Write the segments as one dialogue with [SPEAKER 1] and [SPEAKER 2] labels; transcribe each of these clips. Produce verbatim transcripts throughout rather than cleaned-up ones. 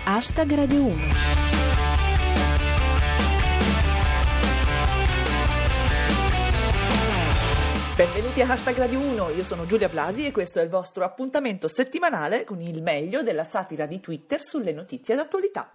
[SPEAKER 1] Hashtag Radio uno.
[SPEAKER 2] Benvenuti a Hashtag Radio uno, io sono Giulia Blasi e questo è il vostro appuntamento settimanale con il meglio della satira di Twitter sulle notizie d'attualità.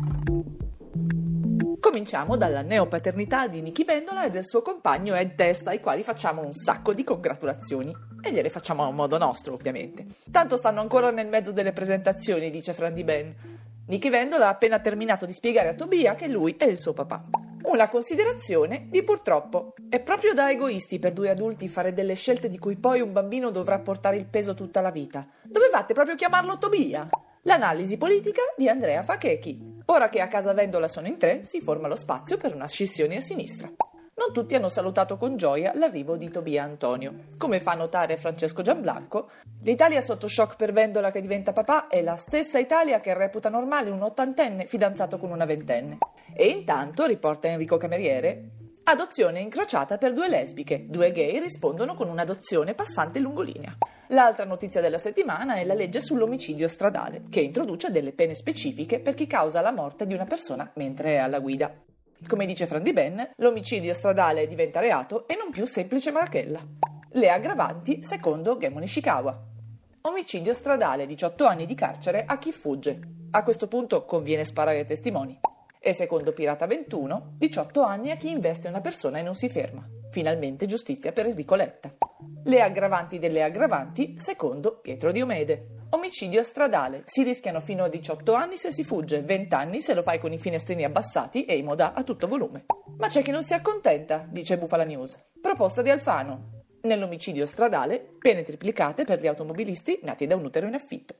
[SPEAKER 2] Cominciamo dalla neopaternità di Nichi Vendola e del suo compagno Ed Testa, ai quali facciamo un sacco di congratulazioni. E gliele facciamo a modo nostro, ovviamente. Tanto stanno ancora nel mezzo delle presentazioni, dice Fran Di Ben. Nichi Vendola ha appena terminato di spiegare a Tobia che lui è il suo papà. Una considerazione di purtroppo. È proprio da egoisti per due adulti fare delle scelte di cui poi un bambino dovrà portare il peso tutta la vita. Dovevate proprio chiamarlo Tobia. L'analisi politica di Andrea Facchechi. Ora che a casa Vendola sono in tre, si forma lo spazio per una scissione a sinistra. Non tutti hanno salutato con gioia l'arrivo di Tobia Antonio. Come fa notare Francesco Gianblanco, l'Italia sotto shock per Vendola che diventa papà è la stessa Italia che reputa normale un ottantenne fidanzato con una ventenne. E intanto, riporta Enrico Cameriere, adozione incrociata per due lesbiche. Due gay rispondono con un'adozione passante lungolinea. L'altra notizia della settimana è la legge sull'omicidio stradale, che introduce delle pene specifiche per chi causa la morte di una persona mentre è alla guida. Come dice Fran Di Ben, l'omicidio stradale diventa reato e non più semplice marchella. Le aggravanti secondo Gemmo Nishikawa. Omicidio stradale, diciotto anni di carcere a chi fugge. A questo punto conviene sparare ai testimoni. E secondo Pirata ventuno, diciotto anni a chi investe una persona e non si ferma. Finalmente giustizia per Enrico Letta. Le aggravanti delle aggravanti, secondo Pietro Diomede. Omicidio stradale. Si rischiano fino a diciotto anni se si fugge, venti anni se lo fai con i finestrini abbassati e i modà a tutto volume. Ma c'è chi non si accontenta, dice Bufala News. Proposta di Alfano. Nell'omicidio stradale, pene triplicate per gli automobilisti nati da un utero in affitto.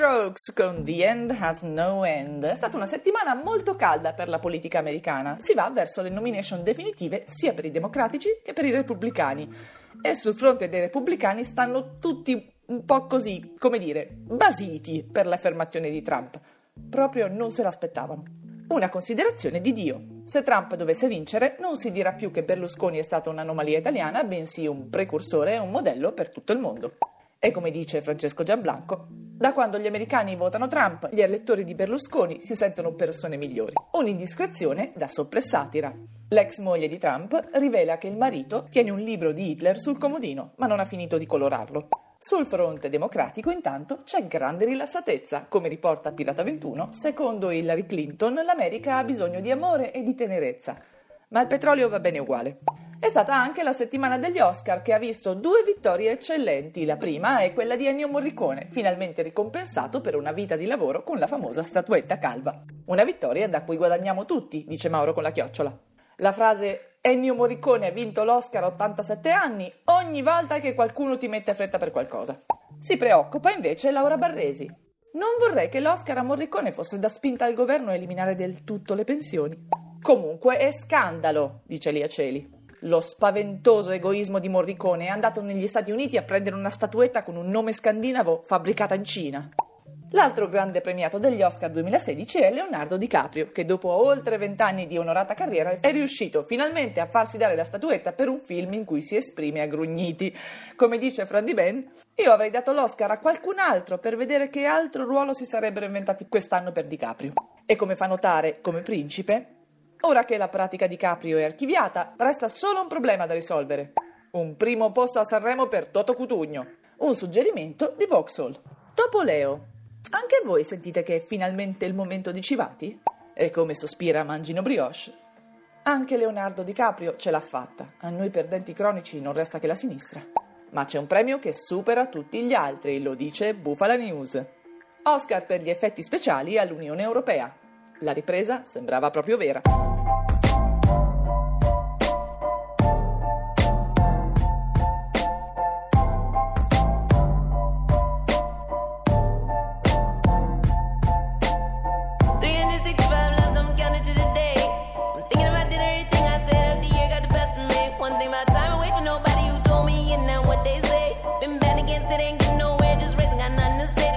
[SPEAKER 2] Strokes con The End Has No End. È stata una settimana molto calda per la politica americana. Si va verso le nomination definitive sia per i democratici che per i repubblicani. E sul fronte dei repubblicani stanno tutti un po' così, come dire, basiti per l'affermazione di Trump. Proprio non se l'aspettavano. Una considerazione di Dio. Se Trump dovesse vincere, non si dirà più che Berlusconi è stata un'anomalia italiana, bensì un precursore e un modello per tutto il mondo. E come dice Francesco Gianblanco, da quando gli americani votano Trump, gli elettori di Berlusconi si sentono persone migliori. Un'indiscrezione da soppressatira. L'ex moglie di Trump rivela che il marito tiene un libro di Hitler sul comodino, ma non ha finito di colorarlo. Sul fronte democratico, intanto, c'è grande rilassatezza. Come riporta Pirata ventuno, secondo Hillary Clinton, l'America ha bisogno di amore e di tenerezza. Ma il petrolio va bene uguale. È stata anche la settimana degli Oscar, che ha visto due vittorie eccellenti. La prima è quella di Ennio Morricone, finalmente ricompensato per una vita di lavoro con la famosa statuetta calva. Una vittoria da cui guadagniamo tutti, dice Mauro con la chiocciola. La frase Ennio Morricone ha vinto l'Oscar a ottantasette anni ogni volta che qualcuno ti mette fretta per qualcosa. Si preoccupa invece Laura Barresi. Non vorrei che l'Oscar a Morricone fosse da spinta al governo a eliminare del tutto le pensioni. Comunque è scandalo, dice Lia Celi. Lo spaventoso egoismo di Morricone è andato negli Stati Uniti a prendere una statuetta con un nome scandinavo fabbricata in Cina. L'altro grande premiato degli Oscar duemilasedici è Leonardo DiCaprio, che dopo oltre vent'anni di onorata carriera è riuscito finalmente a farsi dare la statuetta per un film in cui si esprime a grugniti. Come dice Freddy Ben, io avrei dato l'Oscar a qualcun altro per vedere che altro ruolo si sarebbero inventati quest'anno per DiCaprio. E come fa notare come principe, ora che la pratica DiCaprio è archiviata, resta solo un problema da risolvere. Un primo posto a Sanremo per Toto Cutugno. Un suggerimento di Vauxhall. Dopo Leo, anche voi sentite che è finalmente il momento di Civati? E come sospira Mangino Brioche? Anche Leonardo DiCaprio ce l'ha fatta. A noi perdenti cronici non resta che la sinistra. Ma c'è un premio che supera tutti gli altri, lo dice Bufala News. Oscar per gli effetti speciali all'Unione Europea. La ripresa sembrava proprio vera.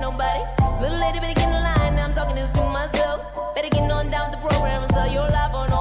[SPEAKER 1] Little lady better get in line, now I'm talking this to myself. Better get on down with the program and sell your life on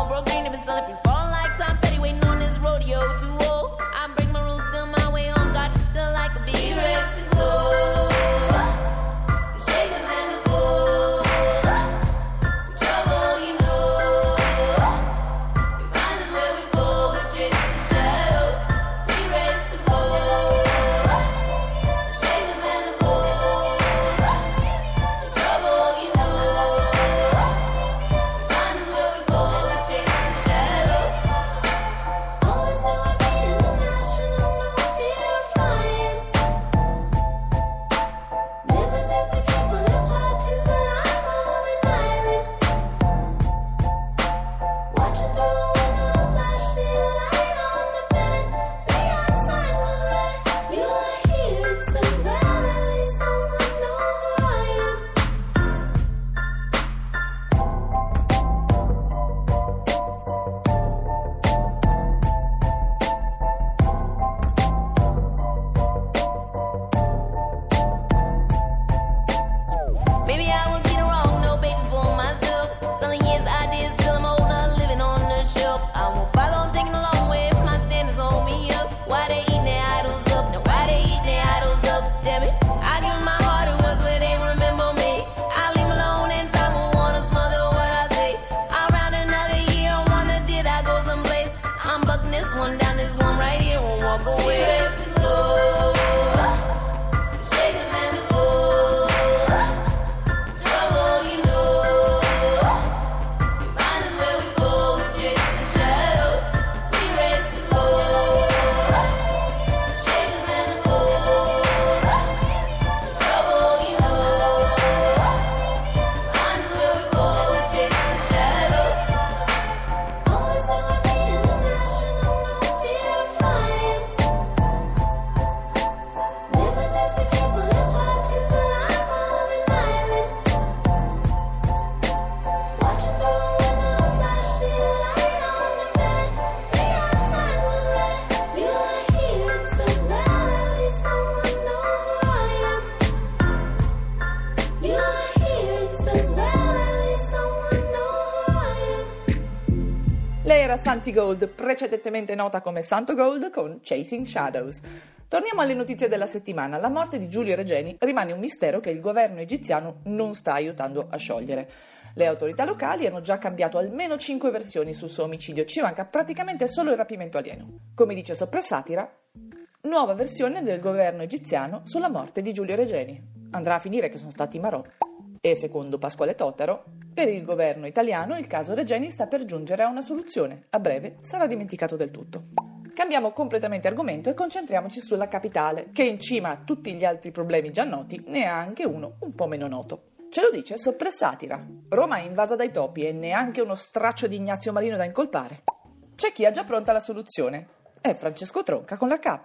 [SPEAKER 2] era Santi Gold, precedentemente nota come Santo Gold con Chasing Shadows. Torniamo alle notizie della settimana. La morte di Giulio Regeni rimane un mistero che il governo egiziano non sta aiutando a sciogliere. Le autorità locali hanno già cambiato almeno cinque versioni sul suo omicidio, ci manca praticamente solo il rapimento alieno. Come dice Soprasatira, nuova versione del governo egiziano sulla morte di Giulio Regeni. Andrà a finire che sono stati Marò. E secondo Pasquale Totaro, per il governo italiano il caso Regeni sta per giungere a una soluzione. A breve sarà dimenticato del tutto. Cambiamo completamente argomento e concentriamoci sulla capitale, che in cima a tutti gli altri problemi già noti ne ha anche uno un po' meno noto. Ce lo dice Soprasatira. Roma è invasa dai topi e neanche uno straccio di Ignazio Marino da incolpare. C'è chi ha già pronta la soluzione. È Francesco Tronca con la K.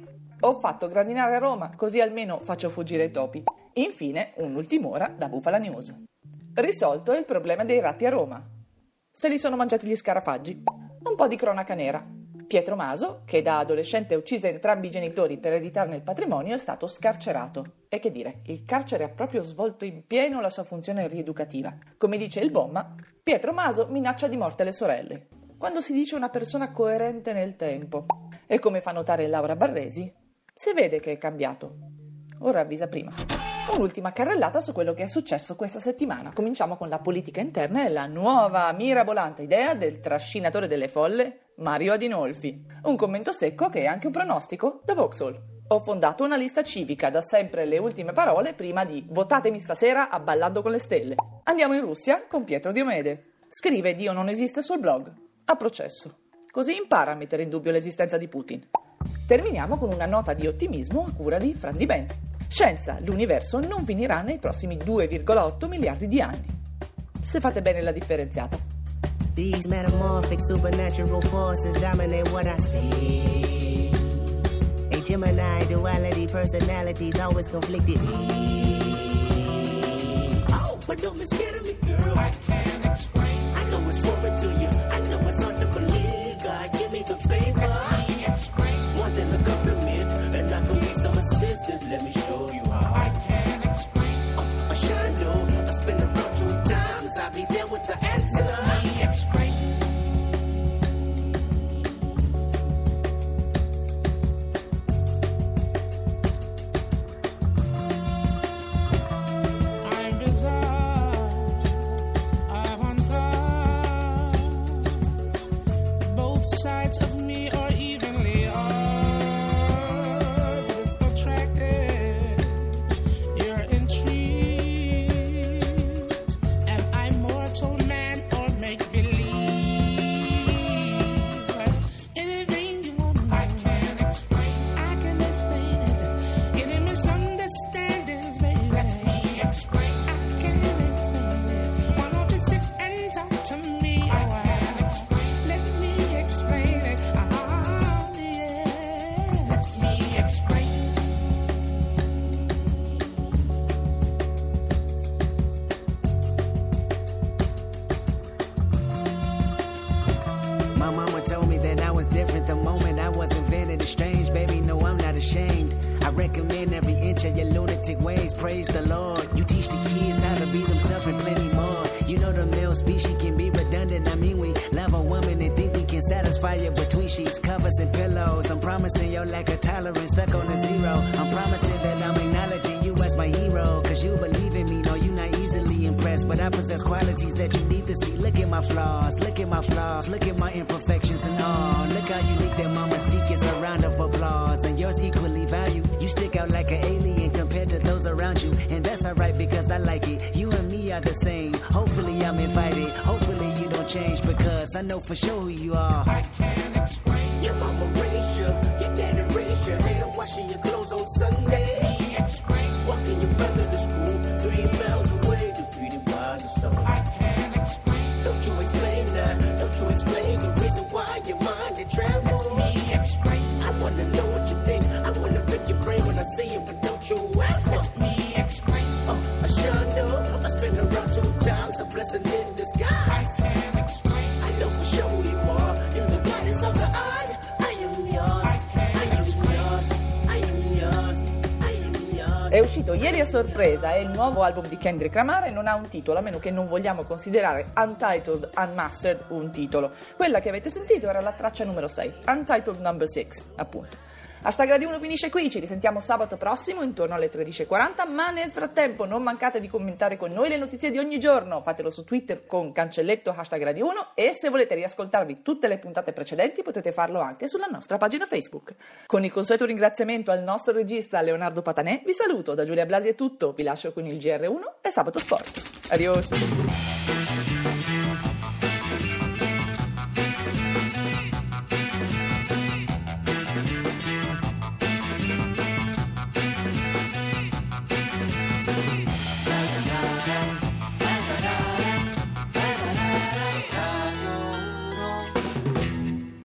[SPEAKER 2] Ho fatto grandinare a Roma, così almeno faccio fuggire i topi. Infine, un'ultim'ora da Bufala News. Risolto il problema dei ratti a Roma. Se li sono mangiati gli scarafaggi. Un po' di cronaca nera. Pietro Maso, che da adolescente uccise entrambi i genitori per ereditarne il patrimonio, è stato scarcerato. E che dire, il carcere ha proprio svolto in pieno la sua funzione rieducativa. Come dice il Bomma, Pietro Maso minaccia di morte le sorelle. Quando si dice una persona coerente nel tempo. E come fa notare Laura Barresi, si vede che è cambiato. Ora avvisa prima. Un'ultima carrellata su quello che è successo questa settimana. Cominciamo con la politica interna e la nuova mirabolante idea del trascinatore delle folle, Mario Adinolfi. Un commento secco che è anche un pronostico da Vauxhall. Ho fondato una lista civica, da sempre le ultime parole prima di votatemi stasera a Ballando con le Stelle. Andiamo in Russia con Pietro Diomede. Scrive Dio non esiste sul blog. A processo. Così impara a mettere in dubbio l'esistenza di Putin. Terminiamo con una nota di ottimismo a cura di Fran Di Ben. Scienza, l'universo non finirà nei prossimi due virgola otto miliardi di anni. Se fate bene la differenziata.
[SPEAKER 1] These metamorphic supernatural forces dominate what I see. A Gemini duality personalities always conflicted. Oh, but don't be scared of me, girl. I can't explain. I know it's foreign to you. I know it's hard to believe. God, give me the favor. Let me explain. More than a compliment, and I can be some assistance. Let me show you how. I can't explain. Uh, a shadow, I spin around two times. I'll be there with the answer. Let me explain.
[SPEAKER 3] I'm bizarre. I want God. Both sides of me are evenly odd. It's attractive. You're intrigued. Am I mortal man or make believe? Anything you want, I can't explain. I can explain it. Any misunderstandings, baby. Let me explain. I can explain it. Why don't you sit and talk to me? I can't explain. Let me explain it. Ah, yeah. Let me explain.
[SPEAKER 1] My mama told me that I was different the moment I was invented. It's strange, baby, no, I'm not ashamed. I recommend every inch of your lunatic ways. Praise the Lord. You teach the kids how to be themselves and plenty more. You know the male species can be redundant. I mean, we love a woman and think we can satisfy you between sheets, covers, and pillows. I'm promising your lack of tolerance stuck on a zero. I'm promising that I'm acknowledging you as my hero. Cause you believe in me, no, you're not easily impressed. But I possess qualities that you need to see. Look at my flaws, look at my flaws, look at my imperfections and all. Look how unique that my mystique is, a round of applause. And yours equally valued. You stick out like an alien compared to those around you. And that's alright because I like it. You and me are the same. Hopefully I'm invited. Hopefully you don't change because I know for sure who you are.
[SPEAKER 3] I can't explain.
[SPEAKER 1] Your mama raised you, your daddy raised you. And washing your clothes on Sunday.
[SPEAKER 3] Let me explain.
[SPEAKER 1] Walking your brother to school three miles away, defeated by the sun.
[SPEAKER 3] I can't explain.
[SPEAKER 1] Don't you explain that? Don't you explain the reason why your mind it travels?
[SPEAKER 3] Let me explain.
[SPEAKER 1] I wanna know what you think. I wanna pick your brain when I see it, but don't you ever?
[SPEAKER 3] Let me explain.
[SPEAKER 1] Oh, I sure know. I spin around two times, a blessing in disguise.
[SPEAKER 3] I can't explain.
[SPEAKER 1] I know for sure who you are. In the guidance of the eye, I am yours.
[SPEAKER 3] I can't
[SPEAKER 1] I am yours. I am yours. I
[SPEAKER 2] uscito ieri a sorpresa è il nuovo album di Kendrick Lamar e non ha un titolo, a meno che non vogliamo considerare Untitled Unmastered un titolo. Quella che avete sentito era la traccia numero sei, Untitled Number sei, appunto. Hashtag Radio uno finisce qui, ci risentiamo sabato prossimo intorno alle tredici e quaranta, ma nel frattempo non mancate di commentare con noi le notizie di ogni giorno, fatelo su Twitter con cancelletto hashtag Radio uno e se volete riascoltarvi tutte le puntate precedenti potete farlo anche sulla nostra pagina Facebook. Con il consueto ringraziamento al nostro regista Leonardo Patanè, vi saluto, da Giulia Blasi è tutto, vi lascio con il G R uno e Sabato Sport. Adios!